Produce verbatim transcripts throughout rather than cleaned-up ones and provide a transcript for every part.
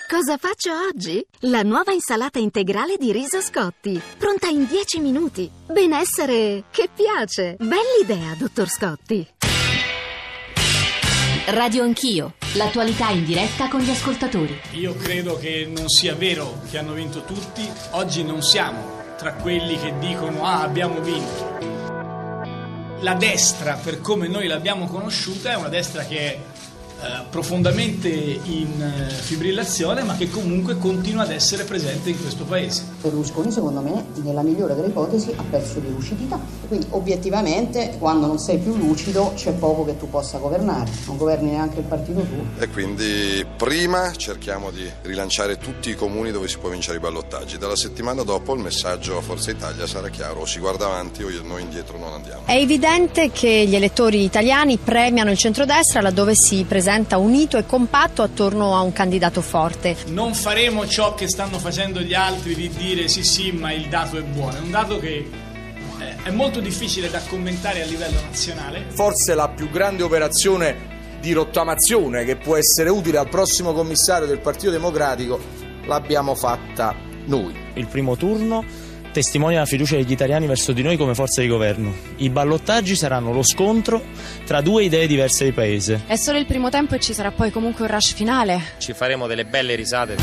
Cosa faccio oggi? La nuova insalata integrale di riso Scotti, pronta in dieci minuti. Benessere che piace. Bell'idea, dottor Scotti. Radio Anch'io, l'attualità in diretta con gli ascoltatori. Io credo che non sia vero che hanno vinto tutti. Oggi non siamo tra quelli che dicono ah, abbiamo vinto. La destra, per come noi l'abbiamo conosciuta, è una destra che è Uh, profondamente in uh, fibrillazione, ma che comunque continua ad essere presente in questo paese. Berlusconi, secondo me, nella migliore delle ipotesi, ha perso di lucidità. Quindi, obiettivamente, quando non sei più lucido, c'è poco che tu possa governare. Non governi neanche il partito tuo. E quindi, prima cerchiamo di rilanciare tutti i comuni dove si può vincere i ballottaggi. Dalla settimana dopo il messaggio a Forza Italia sarà chiaro: o si guarda avanti o noi indietro non andiamo. È evidente che gli elettori italiani premiano il centrodestra laddove si presenta unito e compatto attorno a un candidato forte. Non faremo ciò che stanno facendo gli altri di dire sì sì ma il dato è buono, è un dato che è molto difficile da commentare a livello nazionale. Forse la più grande operazione di rottamazione che può essere utile al prossimo commissario del Partito Democratico l'abbiamo fatta noi. Il primo turno testimonia la fiducia degli italiani verso di noi come forza di governo. I ballottaggi saranno lo scontro tra due idee diverse di paese. È solo il primo tempo e ci sarà poi comunque un rush finale. Ci faremo delle belle risate.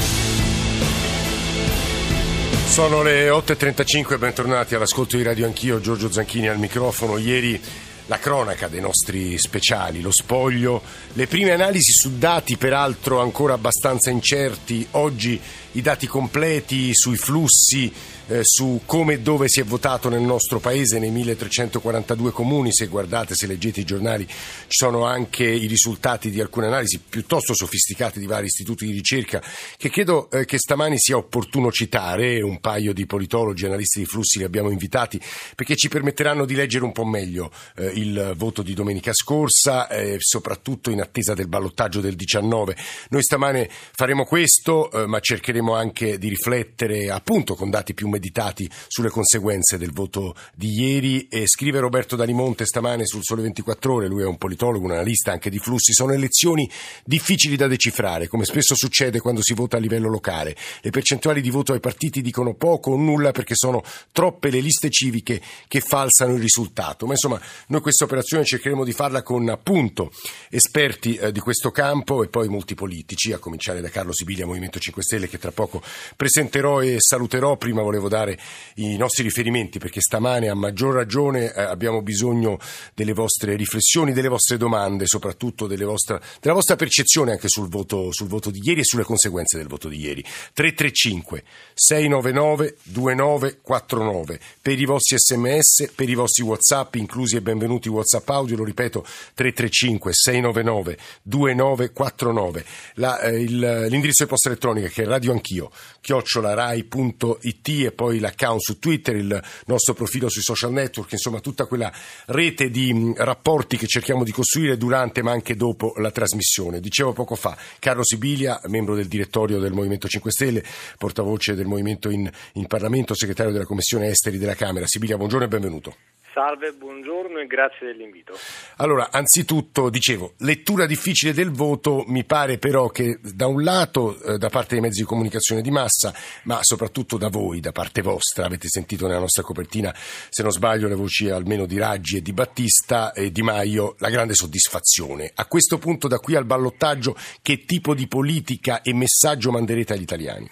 Sono le otto e trentacinque, bentornati all'ascolto di Radio Anch'io, Giorgio Zanchini al microfono. Ieri la cronaca dei nostri speciali, lo spoglio, le prime analisi su dati peraltro ancora abbastanza incerti, oggi i dati completi sui flussi, eh, su come e dove si è votato nel nostro paese, nei milletrecentoquarantadue comuni. Se guardate, se leggete i giornali, ci sono anche i risultati di alcune analisi piuttosto sofisticate di vari istituti di ricerca, che credo eh, che stamani sia opportuno citare. Un paio di politologi, analisti di flussi li abbiamo invitati perché ci permetteranno di leggere un po' meglio eh, il voto di domenica scorsa, eh, soprattutto in attesa del ballottaggio del diciannove. Noi stamane faremo questo, eh, ma cercheremo anche di riflettere appunto con dati più meditati sulle conseguenze del voto di ieri. E scrive Roberto Dalimonte stamane sul Sole ventiquattro Ore, lui è un politologo, un analista anche di flussi: sono elezioni difficili da decifrare, come spesso succede quando si vota a livello locale. Le percentuali di voto ai partiti dicono poco o nulla perché sono troppe le liste civiche che falsano il risultato. Ma insomma, noi questa operazione cercheremo di farla con appunto esperti eh, di questo campo e poi molti politici, a cominciare da Carlo Sibilia, Movimento cinque Stelle, che tra poco presenterò e saluterò. Prima volevo dare i nostri riferimenti perché stamane a maggior ragione eh, abbiamo bisogno delle vostre riflessioni, delle vostre domande, soprattutto delle vostra, della vostra percezione anche sul voto, sul voto di ieri e sulle conseguenze del voto di ieri. tre tre cinque sei nove nove due nove quattro nove per i vostri sms, per i vostri WhatsApp, inclusi e benvenuti WhatsApp audio, lo ripeto, tre tre cinque sei nove nove due nove quattro nove. La, eh, il, l'indirizzo di posta elettronica che è radio anch'io chiocciola rai punto it e poi l'account su Twitter, il nostro profilo sui social network, insomma tutta quella rete di mh, rapporti che cerchiamo di costruire durante ma anche dopo la trasmissione. Dicevo poco fa, Carlo Sibilia, membro del direttorio del Movimento cinque Stelle, portavoce del Movimento in, in Parlamento, segretario della Commissione Esteri della Camera. Sibilia, buongiorno e benvenuto. Salve, buongiorno e grazie dell'invito. Allora, anzitutto, dicevo, lettura difficile del voto. Mi pare però che da un lato, eh, da parte dei mezzi di comunicazione di massa, ma soprattutto da voi, da parte vostra, avete sentito nella nostra copertina, se non sbaglio, le voci almeno di Raggi e di Battista e Di Maio, la grande soddisfazione. A questo punto, da qui al ballottaggio, che tipo di politica e messaggio manderete agli italiani?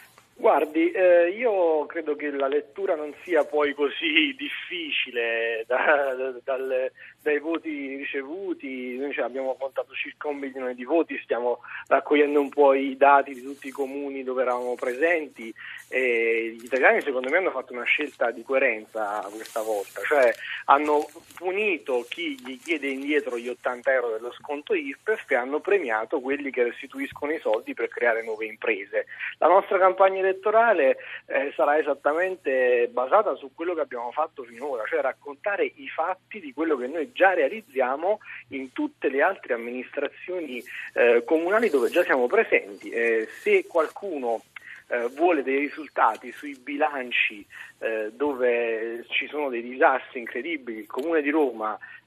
Guardi, eh, io credo che la lettura non sia poi così difficile da, da, dal, dai voti ricevuti. Noi cioè, abbiamo contato circa un milione di voti, stiamo raccogliendo un po' i dati di tutti i comuni dove eravamo presenti e gli italiani secondo me hanno fatto una scelta di coerenza questa volta, cioè hanno punito chi gli chiede indietro gli ottanta euro dello sconto I R P E F e hanno premiato quelli che restituiscono i soldi per creare nuove imprese. La nostra campagna elettorale eh, sarà esattamente basata su quello che abbiamo fatto finora, cioè raccontare i fatti di quello che noi già realizziamo in tutte le altre amministrazioni eh, comunali dove già siamo presenti. Eh, se qualcuno eh, vuole dei risultati sui bilanci eh, dove ci sono dei disastri incredibili, il Comune di Roma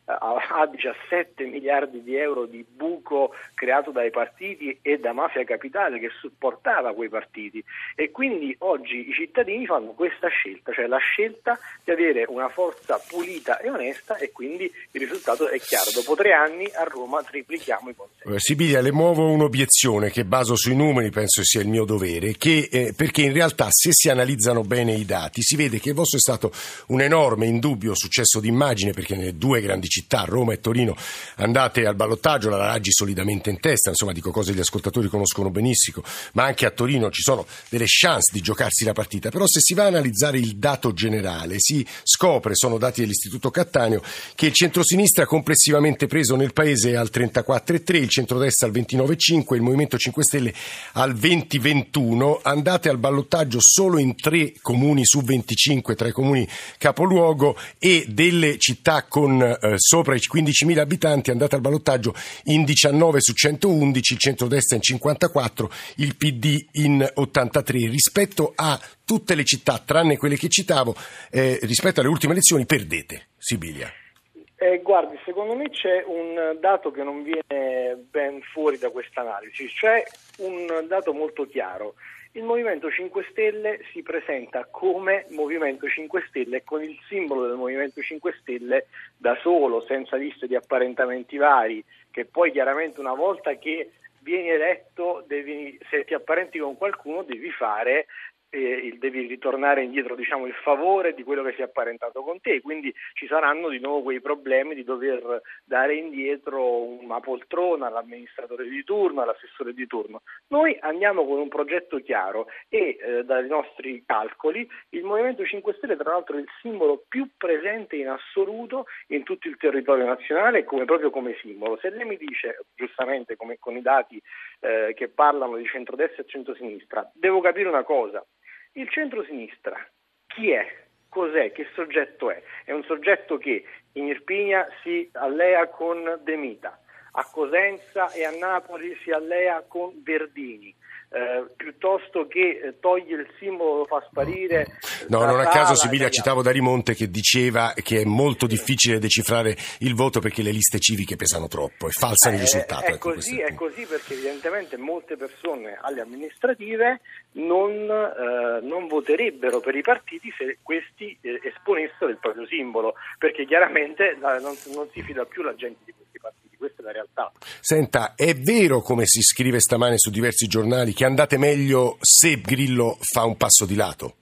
ha diciassette miliardi di euro di buco creato dai partiti e da Mafia Capitale che supportava quei partiti, e quindi oggi i cittadini fanno questa scelta, cioè la scelta di avere una forza pulita e onesta, e quindi il risultato è chiaro: dopo tre anni a Roma triplichiamo i consegni. Sibilia, le muovo un'obiezione che baso sui numeri, penso sia il mio dovere, che eh, perché in realtà se si analizzano bene i dati si vede che il vostro è stato un enorme, indubbio successo d'immagine, perché nelle due grandi città, Roma e Torino, andate al ballottaggio, la Raggi solidamente in testa, insomma dico cose che gli ascoltatori conoscono benissimo, ma anche a Torino ci sono delle chance di giocarsi la partita. Però se si va a analizzare il dato generale si scopre, sono dati dell'Istituto Cattaneo, che il centrosinistra complessivamente preso nel paese è al trentaquattro virgola tre, il centrodestra al ventinove virgola cinque, il Movimento cinque Stelle al venti virgola ventuno. Andate al ballottaggio solo in tre comuni su venticinque, tra i comuni capoluogo, e delle città con eh, sopra i quindicimila abitanti andate al ballottaggio in diciannove su centoundici, il centrodestra in cinquantaquattro, il P D in ottantatré. Rispetto a tutte le città, tranne quelle che citavo, eh, rispetto alle ultime elezioni perdete. Sibilia. Eh, guardi, secondo me c'è un dato che non viene ben fuori da questa analisi, c'è un dato molto chiaro. Il Movimento cinque Stelle si presenta come Movimento cinque Stelle e con il simbolo del Movimento cinque Stelle da solo, senza liste di apparentamenti vari, che poi chiaramente una volta che vieni eletto, devi, se ti apparenti con qualcuno devi fare eh, devi ritornare indietro, diciamo, il favore di quello che si è apparentato con te, quindi ci saranno di nuovo quei problemi di dover dare indietro una poltrona all'amministratore di turno, all'assessore di turno. Noi andiamo con un progetto chiaro e eh, dai nostri calcoli il Movimento cinque Stelle tra l'altro è il simbolo più presente in assoluto in tutto il territorio nazionale, come proprio come simbolo. Se lei mi dice, giustamente come con i dati eh, che parlano di centrodestra e centrosinistra, devo capire una cosa: il centrosinistra chi è? Cos'è? Che soggetto è? È un soggetto che in Irpinia si allea con De Mita, a Cosenza e a Napoli si allea con Verdini, eh, piuttosto che eh, toglie il simbolo, lo fa sparire. No, non a caso Sibilia citavo da Rimonte che diceva che è molto difficile decifrare il voto perché le liste civiche pesano troppo e falsano eh, il risultato. È, ecco, così, è così perché evidentemente molte persone alle amministrative non, eh, non voterebbero per i partiti se questi eh, esponessero il proprio simbolo, perché chiaramente la, non, non si fida più la gente di questi partiti, questa è la realtà. Senta, è vero, come si scrive stamane su diversi giornali, che andate meglio se Grillo fa un passo di lato?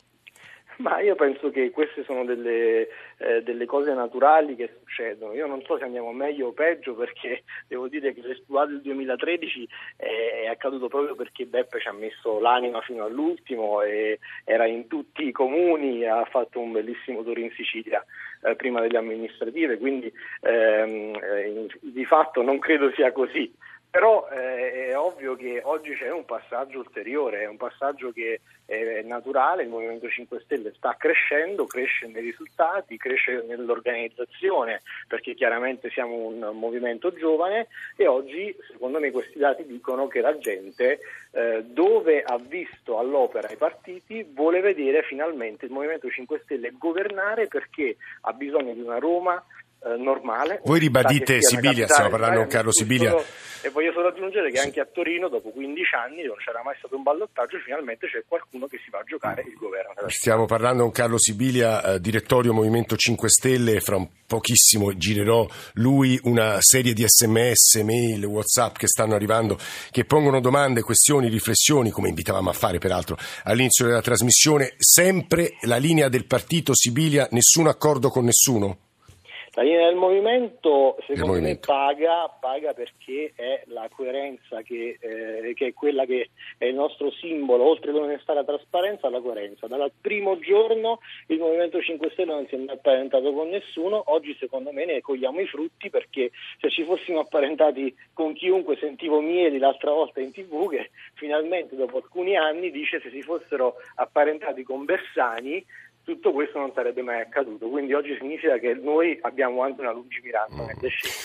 Ma io penso che queste sono delle, eh, delle cose naturali che succedono. Io non so se andiamo meglio o peggio, perché devo dire che l'esploit del duemilatredici è, è accaduto proprio perché Beppe ci ha messo l'anima fino all'ultimo e era in tutti i comuni, ha fatto un bellissimo tour in Sicilia eh, prima delle amministrative, quindi ehm, eh, di fatto non credo sia così. Però eh, è ovvio che oggi c'è un passaggio ulteriore, è un passaggio che è naturale, il Movimento cinque Stelle sta crescendo, cresce nei risultati, cresce nell'organizzazione, perché chiaramente siamo un movimento giovane e oggi secondo me questi dati dicono che la gente eh, dove ha visto all'opera i partiti vuole vedere finalmente il Movimento cinque Stelle governare, perché ha bisogno di una Roma Eh, normale. Voi ribadite, Sibilia, stiamo parlando con Carlo Sibilia. Solo, e voglio solo aggiungere che anche a Torino, dopo quindici anni, non c'era mai stato un ballottaggio, finalmente c'è qualcuno che si va a giocare il governo. Stiamo parlando con Carlo Sibilia, eh, direttorio Movimento cinque Stelle, fra un pochissimo girerò lui una serie di sms, mail, WhatsApp che stanno arrivando, che pongono domande, questioni, riflessioni, come invitavamo a fare peraltro all'inizio della trasmissione. Sempre la linea del partito, Sibilia, nessun accordo con nessuno? La linea del movimento secondo movimento. me paga, paga perché è la coerenza che, eh, che è quella che è il nostro simbolo, oltre all'onestà e alla trasparenza, la coerenza. Dal primo giorno il Movimento cinque Stelle non si è mai apparentato con nessuno, oggi secondo me ne cogliamo i frutti, perché se ci fossimo apparentati con chiunque, sentivo Mieli l'altra volta in tv che finalmente dopo alcuni anni dice se si fossero apparentati con Bersani tutto questo non sarebbe mai accaduto, quindi oggi significa che noi abbiamo anche una lungimiranza nelle scelte.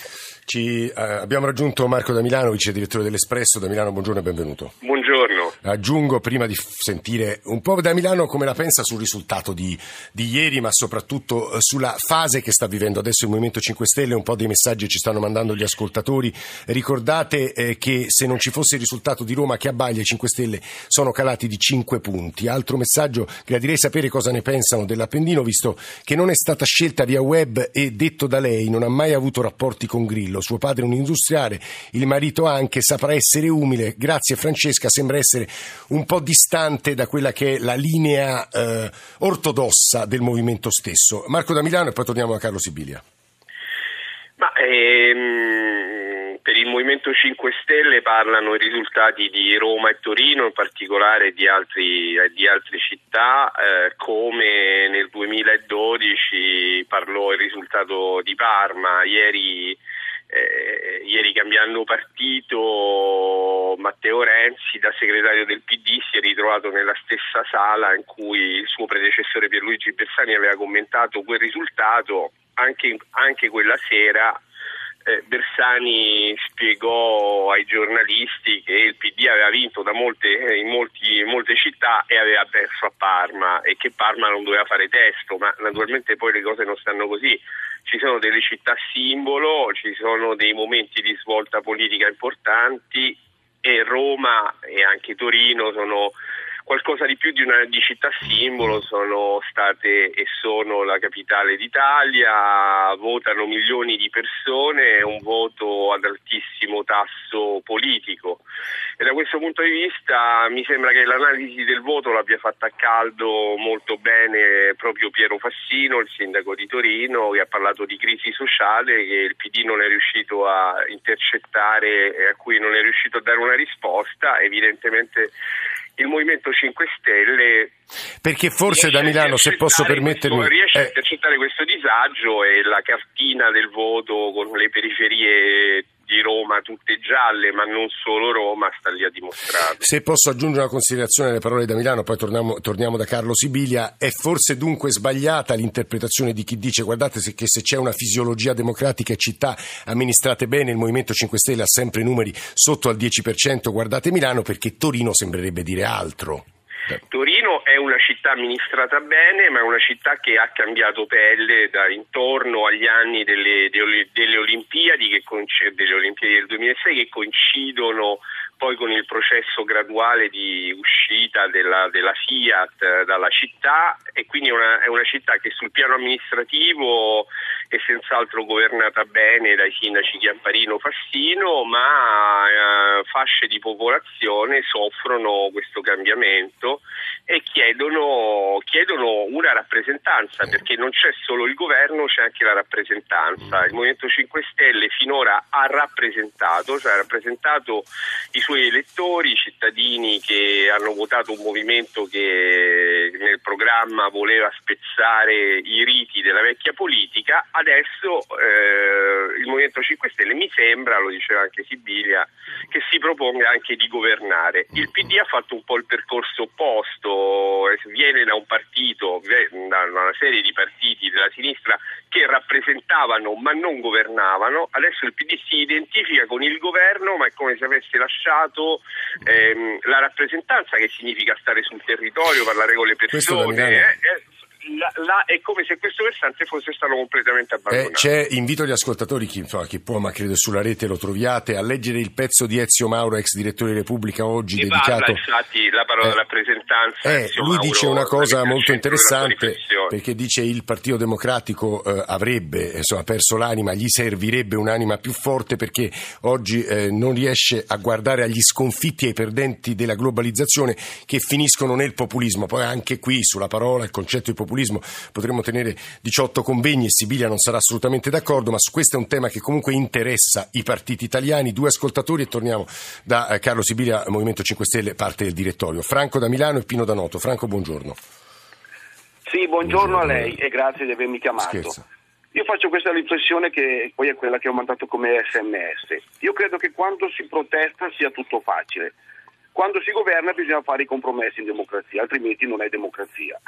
Ci, eh, abbiamo raggiunto Marco da Milano, vice direttore dell'Espresso. Da Milano, buongiorno e benvenuto. Buongiorno. Aggiungo, prima di f- sentire un po' da Milano come la pensa sul risultato di, di ieri, ma soprattutto eh, sulla fase che sta vivendo adesso il Movimento cinque Stelle. Un po' dei messaggi ci stanno mandando gli ascoltatori. Ricordate eh, che se non ci fosse il risultato di Roma che abbaglia, i cinque Stelle sono calati di cinque punti. Altro messaggio, gradirei sapere cosa ne pensano dell'Appendino, visto che non è stata scelta via web e, detto da lei, non ha mai avuto rapporti con Grillo. Suo padre è un industriale, il marito anche, saprà essere umile. Grazie Francesca, sembra essere un po' distante da quella che è la linea eh, ortodossa del movimento stesso. Marco da Milano e poi torniamo a Carlo Sibilia. Ma ehm, per il Movimento cinque Stelle parlano i risultati di Roma e Torino, in particolare di, altri, di altre città, eh, come nel duemiladodici parlò il risultato di Parma. Ieri Eh, ieri, cambiando partito, Matteo Renzi, da segretario del P D, si è ritrovato nella stessa sala in cui il suo predecessore Pierluigi Bersani aveva commentato quel risultato. Anche, anche quella sera eh, Bersani spiegò ai giornalisti che il P D aveva vinto da molte, in, molti, in molte città e aveva perso a Parma, e che Parma non doveva fare testo, ma naturalmente poi le cose non stanno così. Ci sono delle città simbolo, ci sono dei momenti di svolta politica importanti, e Roma e anche Torino sono qualcosa di più di una di città simbolo, sono state e sono la capitale d'Italia, votano milioni di persone, è un voto ad altissimo tasso politico. E da questo punto di vista mi sembra che l'analisi del voto l'abbia fatta a caldo molto bene proprio Piero Fassino, il sindaco di Torino, che ha parlato di crisi sociale che il P D non è riuscito a intercettare e a cui non è riuscito a dare una risposta. Evidentemente il Movimento cinque Stelle, perché forse da Milano, se posso permettermi, questo, riesce eh. a intercettare questo disagio, e la cartina del voto con le periferie di Roma tutte gialle, ma non solo Roma, sta lì a dimostrare. Se posso aggiungere una considerazione alle parole da Milano, poi torniamo, torniamo da Carlo Sibilia. È forse dunque sbagliata l'interpretazione di chi dice guardate se, che se c'è una fisiologia democratica e città amministrate bene, il Movimento cinque Stelle ha sempre numeri sotto al dieci per cento, guardate Milano, perché Torino sembrerebbe dire altro. Torino è una città amministrata bene, ma è una città che ha cambiato pelle da intorno agli anni delle, delle, delle Olimpiadi, che delle Olimpiadi del duemilasei, che coincidono poi con il processo graduale di uscita della, della Fiat dalla città, e quindi è una, è una città che sul piano amministrativo è senz'altro governata bene dai sindaci Chiamparino, Fassino, ma eh, fasce di popolazione soffrono questo cambiamento e chiedono, chiedono una rappresentanza, perché non c'è solo il governo, c'è anche la rappresentanza. Il Movimento cinque Stelle finora ha rappresentato, cioè ha rappresentato i suoi elettori, i cittadini che hanno votato un movimento che nel programma voleva spezzare i riti della vecchia politica. Adesso eh, il Movimento cinque Stelle, mi sembra, lo diceva anche Sibilia, che si proponga anche di governare. Il P D ha fatto un po' il percorso opposto, viene da un partito, da una serie di partiti della sinistra che rappresentavano ma non governavano. Adesso il P D si identifica con il governo, ma è come se avesse lasciato ehm, la rappresentanza, che significa stare sul territorio, parlare con le persone. Eh, eh, La, la, è come se questo versante fosse stato completamente abbandonato. Eh, c'è, invito gli ascoltatori, chi, chi può, ma credo sulla rete lo troviate, a leggere il pezzo di Ezio Mauro, ex direttore di Repubblica, oggi e dedicato. Parla, infatti, la parola eh, rappresentanza. Eh, lui Mauro, dice una cosa molto interessante, perché dice il Partito Democratico eh, avrebbe insomma, perso l'anima, gli servirebbe un'anima più forte, perché oggi eh, non riesce a guardare agli sconfitti e ai perdenti della globalizzazione che finiscono nel populismo. Poi anche qui sulla parola, il concetto di populismo potremmo tenere diciotto convegni e Sibilia non sarà assolutamente d'accordo, ma su questo è un tema che comunque interessa i partiti italiani. Due ascoltatori e torniamo da eh, Carlo Sibilia, Movimento cinque Stelle, parte del direttorio. Franco da Milano e Pino da Noto. Franco, buongiorno. Sì, buongiorno, buongiorno a lei e grazie di avermi chiamato. Scherzo. Io faccio questa riflessione che poi è quella che ho mandato come S M S. Io credo che quando si protesta sia tutto facile. Quando si governa bisogna fare i compromessi in democrazia, altrimenti non è democrazia.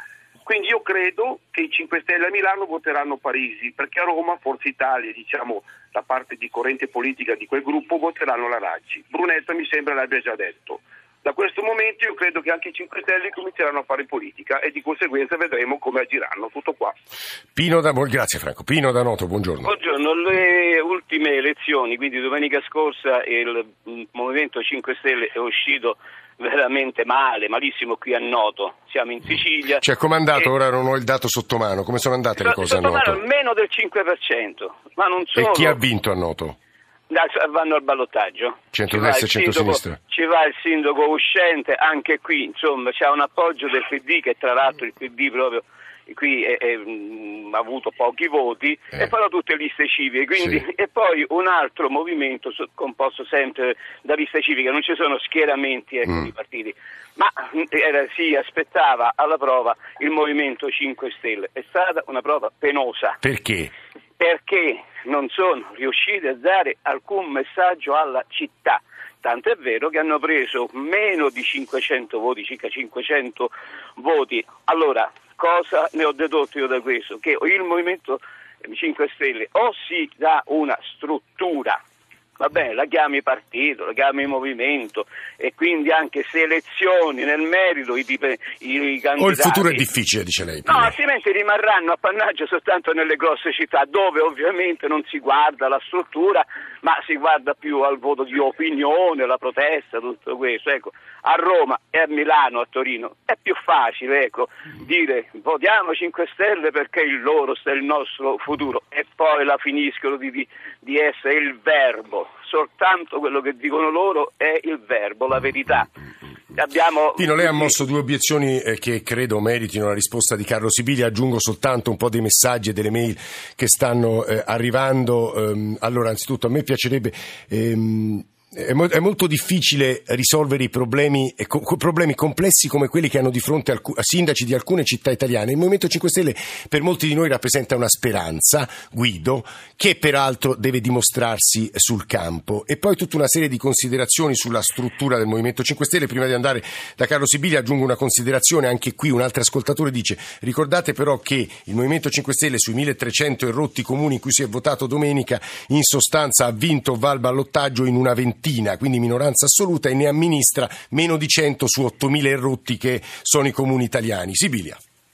Quindi io credo che i cinque Stelle a Milano voteranno Parisi, perché a Roma Forza Italia, diciamo la parte di corrente politica di quel gruppo, voteranno la Raggi. Brunetta mi sembra l'abbia già detto. Da questo momento io credo che anche i cinque Stelle cominceranno a fare politica e di conseguenza vedremo come agiranno. Tutto qua. Pino da Grazie Franco. Pino da Noto, buongiorno. Buongiorno. Le ultime elezioni, quindi domenica scorsa, il Movimento cinque Stelle è uscito veramente male, malissimo qui a Noto. Siamo in Sicilia. Cioè, com'è andato? E... Ora non ho il dato sotto mano. Come sono andate le cose a Noto? Noto? Meno del cinque per cento. Ma non solo. E chi ha vinto a Noto? Vanno al ballottaggio. Centrodestra e centrosinistra. Ci va il sindaco uscente, anche qui insomma c'è un appoggio del P D, che tra l'altro il P D proprio qui è, è, mh, ha avuto pochi voti, eh. e però tutte liste civiche, quindi, sì. E poi un altro movimento composto sempre da liste civiche, non ci sono schieramenti ecco, mm. di partiti, ma era, si aspettava alla prova il Movimento cinque Stelle. È stata una prova penosa. Perché? Perché non sono riusciti a dare alcun messaggio alla città, tanto è vero che hanno preso meno di cinquecento voti, circa cinquecento voti. Allora, cosa ne ho dedotto io da questo? Che il Movimento cinque Stelle o si dà una struttura, va bene, la chiami partito, la chiami movimento, e quindi anche selezioni nel merito i, i, i candidati. O il futuro è difficile, dice lei. No, altrimenti rimarranno appannaggio soltanto nelle grosse città, dove ovviamente non si guarda la struttura, ma si guarda più al voto di opinione, la protesta, tutto questo. Ecco, a Roma e a Milano, a Torino è più facile, ecco, dire votiamo cinque Stelle perché il loro è il nostro futuro, e poi la finiscono di, di, di essere il verbo. Soltanto quello che dicono loro è il verbo, la verità. Abbiamo... Pino, lei ha mosso due obiezioni eh, che credo meritino la risposta di Carlo Sibilia. Aggiungo soltanto un po' dei messaggi e delle mail che stanno eh, arrivando. Um, allora, anzitutto a me piacerebbe... Ehm, È, mo- è molto difficile risolvere i problemi, eh, co- problemi complessi come quelli che hanno di fronte alc- a sindaci di alcune città italiane. Il Movimento cinque Stelle per molti di noi rappresenta una speranza, Guido, che peraltro deve dimostrarsi sul campo. E poi tutta una serie di considerazioni sulla struttura del Movimento cinque Stelle. Prima di andare da Carlo Sibilia aggiungo una considerazione, anche qui un altro ascoltatore dice: ricordate però che il Movimento cinque Stelle sui milletrecento e rotti comuni in cui si è votato domenica in sostanza ha vinto, va al ballottaggio in una ventina, quindi minoranza assoluta, e ne amministra meno di cento su ottomila rotti che sono i comuni italiani. Sibilia.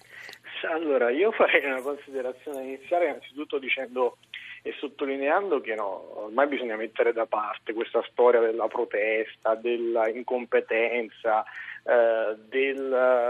Allora, io farei una considerazione iniziale innanzitutto dicendo e sottolineando che no, ormai bisogna mettere da parte questa storia della protesta, della incompetenza, eh, del,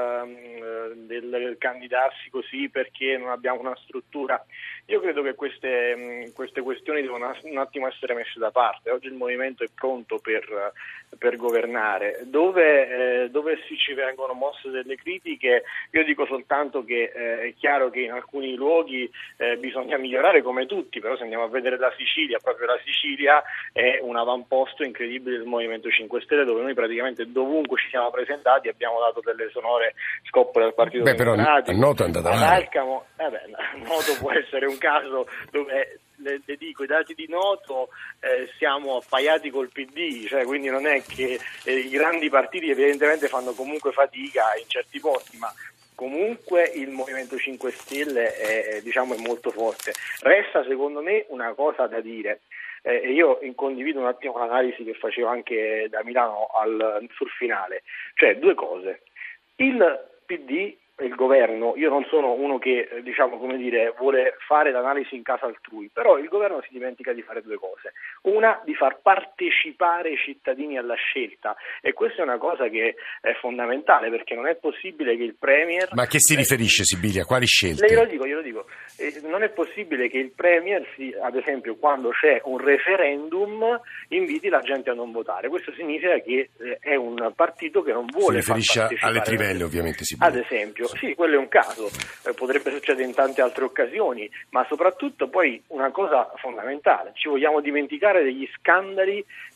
eh, del candidarsi così perché non abbiamo una struttura. Io credo che queste, queste questioni devono un attimo essere messe da parte. Oggi il movimento è pronto per, per governare. Dove, eh, dove si ci vengono mosse delle critiche, io dico soltanto che eh, è chiaro che in alcuni luoghi eh, bisogna migliorare come tutti, però se andiamo a vedere la Sicilia, proprio la Sicilia è un avamposto incredibile del Movimento cinque Stelle, dove noi praticamente dovunque ci siamo presentati abbiamo dato delle sonore scoppole al Partito Democratico. A Noto è andata male. Ad Alcamo, eh beh, Noto può essere un caso dove le, le dico i dati di Noto eh, siamo appaiati col P D, cioè quindi non è che eh, i grandi partiti evidentemente fanno comunque fatica in certi posti, ma comunque il Movimento cinque Stelle è, diciamo, è molto forte. Resta secondo me una cosa da dire. Eh, io condivido un attimo l'analisi che facevo anche da Milano al, sul finale, cioè due cose. Il P D, il governo, io non sono uno che diciamo come dire vuole fare l'analisi in casa altrui, però il governo si dimentica di fare due cose: una, di far partecipare i cittadini alla scelta, e questa è una cosa che è fondamentale, perché non è possibile che il Premier... Ma che si riferisce, Sibilia? Quali scelte? Glielo dico, glielo dico. Eh, non è possibile che il Premier, si, ad esempio, quando c'è un referendum, inviti la gente a non votare. Questo significa che eh, è un partito che non vuole far partecipare. Si riferisce alle trivelle, ovviamente, Sibilia. Ad esempio. Sì, quello è un caso, eh, potrebbe succedere in tante altre occasioni, ma soprattutto poi una cosa fondamentale: ci vogliamo dimenticare degli scandali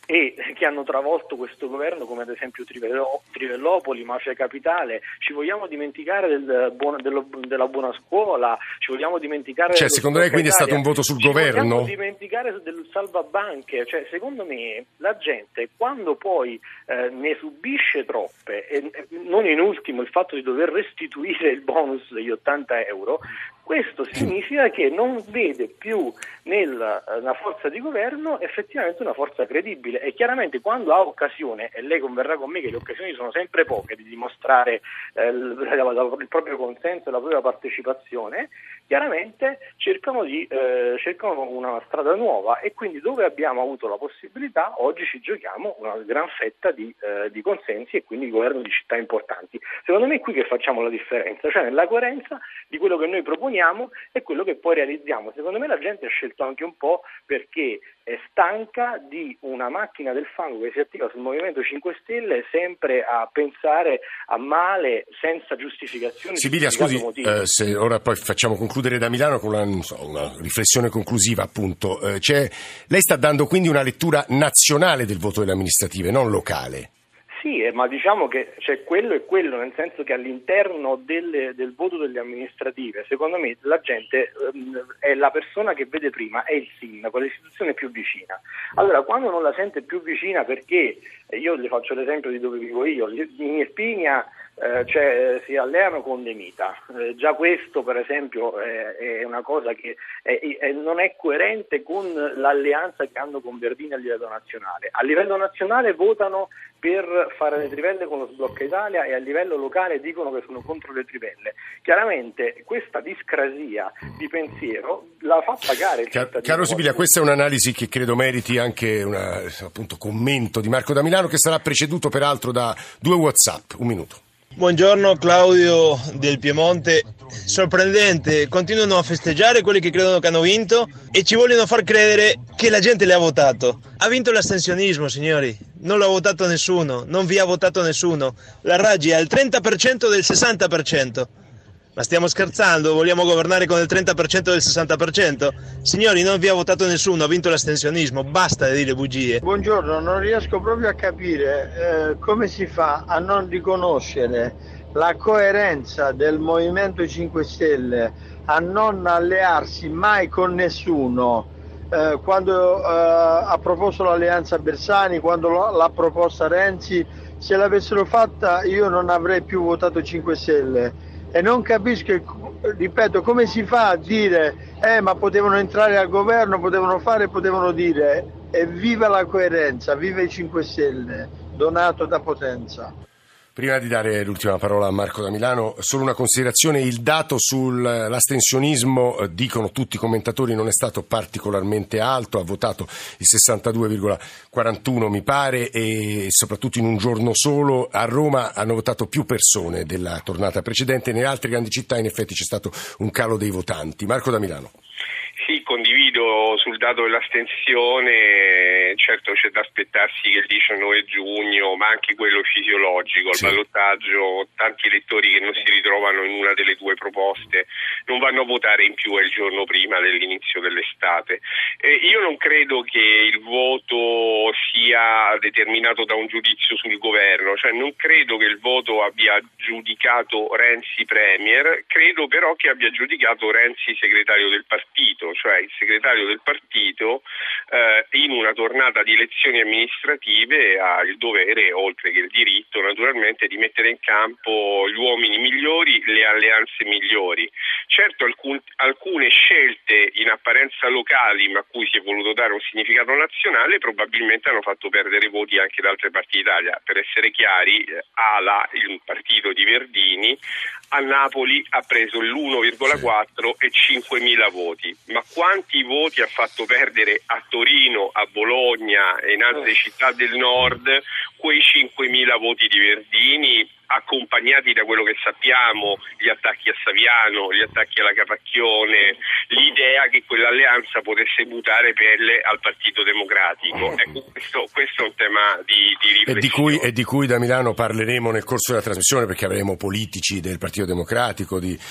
e che hanno travolto questo governo, come ad esempio Trivello, Trivellopoli, Mafia Capitale. Ci vogliamo dimenticare del buon, dello, della buona scuola? Ci vogliamo dimenticare... Cioè, secondo lei quindi è stato un voto sul ci governo? Ci vogliamo dimenticare del salvabanche? Cioè, secondo me la gente, quando poi eh, ne subisce troppe, e non in ultimo il fatto di dover restituire il bonus degli ottanta euro, questo significa che non vede più nella, nella forza di governo effettivamente una forza credibile, e chiaramente quando ha occasione, e lei converrà con me che le occasioni sono sempre poche di dimostrare eh, il, il proprio consenso e la propria partecipazione, chiaramente cercano, di, eh, cercano una strada nuova, e quindi dove abbiamo avuto la possibilità oggi ci giochiamo una gran fetta di, eh, di consensi e quindi di governo di città importanti. Secondo me è qui che facciamo la differenza, cioè nella coerenza di quello che noi proponiamo e quello che poi realizziamo. Secondo me la gente ha scelto anche un po' perché è stanca di una macchina del fango che si attiva sul Movimento cinque Stelle sempre a pensare a male senza giustificazione. Sibilia, scusi, eh, se ora poi facciamo concludere da Milano con una, non so, una riflessione conclusiva, appunto. Eh, cioè, lei sta dando quindi una lettura nazionale del voto delle amministrative, non locale. Sì, eh, ma diciamo che c'è quello e quello, nel senso che all'interno delle, del voto delle amministrative, secondo me la gente ehm, è la persona che vede prima, è il sindaco, l'istituzione più vicina. Allora, quando non la sente più vicina, perché io le faccio l'esempio di dove vivo io, in Irpinia eh, cioè, si alleano con De Mita, eh, già questo per esempio è, è una cosa che è, è, non è coerente con l'alleanza che hanno con Verdini a livello nazionale. A livello nazionale votano per fare le trivelle con lo Sblocca Italia e a livello locale dicono che sono contro le trivelle. Chiaramente questa discrasia di pensiero la fa pagare il cittadino. Caro Sibilia, questa è un'analisi che credo meriti anche un appunto commento di Marco da Milano, che sarà preceduto peraltro da due WhatsApp. Un minuto. Buongiorno, Claudio del Piemonte. Sorprendente, continuano a festeggiare quelli che credono che hanno vinto e ci vogliono far credere che la gente le ha votato. Ha vinto l'astensionismo, signori, non l'ha votato nessuno, non vi ha votato nessuno. La Raggi ha il trenta per cento del sessanta per cento. Ma stiamo scherzando? Vogliamo governare con il trenta per cento del sessanta per cento? Signori, non vi ha votato nessuno, ha vinto l'astensionismo, basta di dire bugie. Buongiorno, non riesco proprio a capire eh, come si fa a non riconoscere la coerenza del Movimento cinque Stelle, a non allearsi mai con nessuno. Eh, quando eh, ha proposto l'alleanza Bersani, quando l'ha proposta Renzi, se l'avessero fatta io non avrei più votato cinque Stelle. E non capisco, ripeto, come si fa a dire eh ma potevano entrare al governo, potevano fare, potevano dire. E viva la coerenza, viva i cinque Stelle, Donato da Potenza. Prima di dare l'ultima parola a Marco da Milano, solo una considerazione: il dato sull'astensionismo, eh, dicono tutti i commentatori, non è stato particolarmente alto, ha votato il sessantadue virgola quarantuno mi pare, e soprattutto in un giorno solo. A Roma hanno votato più persone della tornata precedente, nelle altre grandi città in effetti c'è stato un calo dei votanti. Marco da Milano. Sì, condivido sul dato dell'astensione, certo c'è da aspettarsi che il diciannove giugno, ma anche quello fisiologico, al ballottaggio, tanti elettori che non si ritrovano in una delle due proposte non vanno a votare in più il giorno prima dell'inizio dell'estate. Eh, io non credo che il voto sia determinato da un giudizio sul governo, cioè non credo che il voto abbia giudicato Renzi premier, credo però che abbia giudicato Renzi segretario del partito, cioè il segretario del partito eh, in una tornata di elezioni amministrative ha il dovere, oltre che il diritto naturalmente, di mettere in campo gli uomini migliori, le alleanze migliori. Certo alcun, alcune scelte in apparenza locali, ma a cui si è voluto dare un significato nazionale, probabilmente hanno fatto perdere voti anche da altre parti d'Italia. Per essere chiari, ALA, il partito di Verdini, a Napoli ha preso l'uno virgola quattro e cinquemila voti, ma quanti voti ha fatto perdere a Torino, a Bologna e in altre città del nord quei cinquemila voti di Verdini, accompagnati da quello che sappiamo, gli attacchi a Saviano, gli attacchi alla Capacchione, l'idea che quell'alleanza potesse mutare pelle al Partito Democratico. Ecco, questo, questo è un tema di, di riflessione. E di, cui, e di cui da Milano parleremo nel corso della trasmissione, perché avremo politici del Partito Democratico, di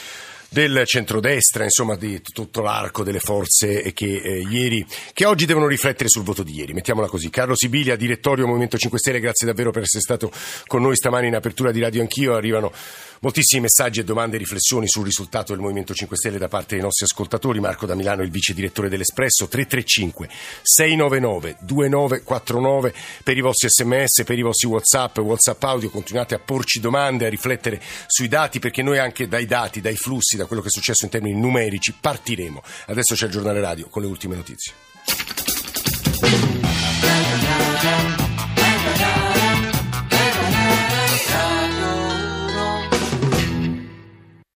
del centrodestra, insomma di tutto l'arco delle forze che eh, ieri, che oggi devono riflettere sul voto di ieri, mettiamola così. Carlo Sibilia, direttorio Movimento cinque Stelle, grazie davvero per essere stato con noi stamani in apertura di Radio Anch'io. Arrivano moltissimi messaggi e domande e riflessioni sul risultato del Movimento cinque Stelle da parte dei nostri ascoltatori. Marco da Milano, il vice direttore dell'Espresso. Tre tre cinque sei nove nove due nove quattro nove per i vostri sms, per i vostri whatsapp, whatsapp audio. Continuate a porci domande, a riflettere sui dati, perché noi anche dai dati, dai flussi, da quello che è successo in termini numerici partiremo. Adesso c'è il giornale radio con le ultime notizie.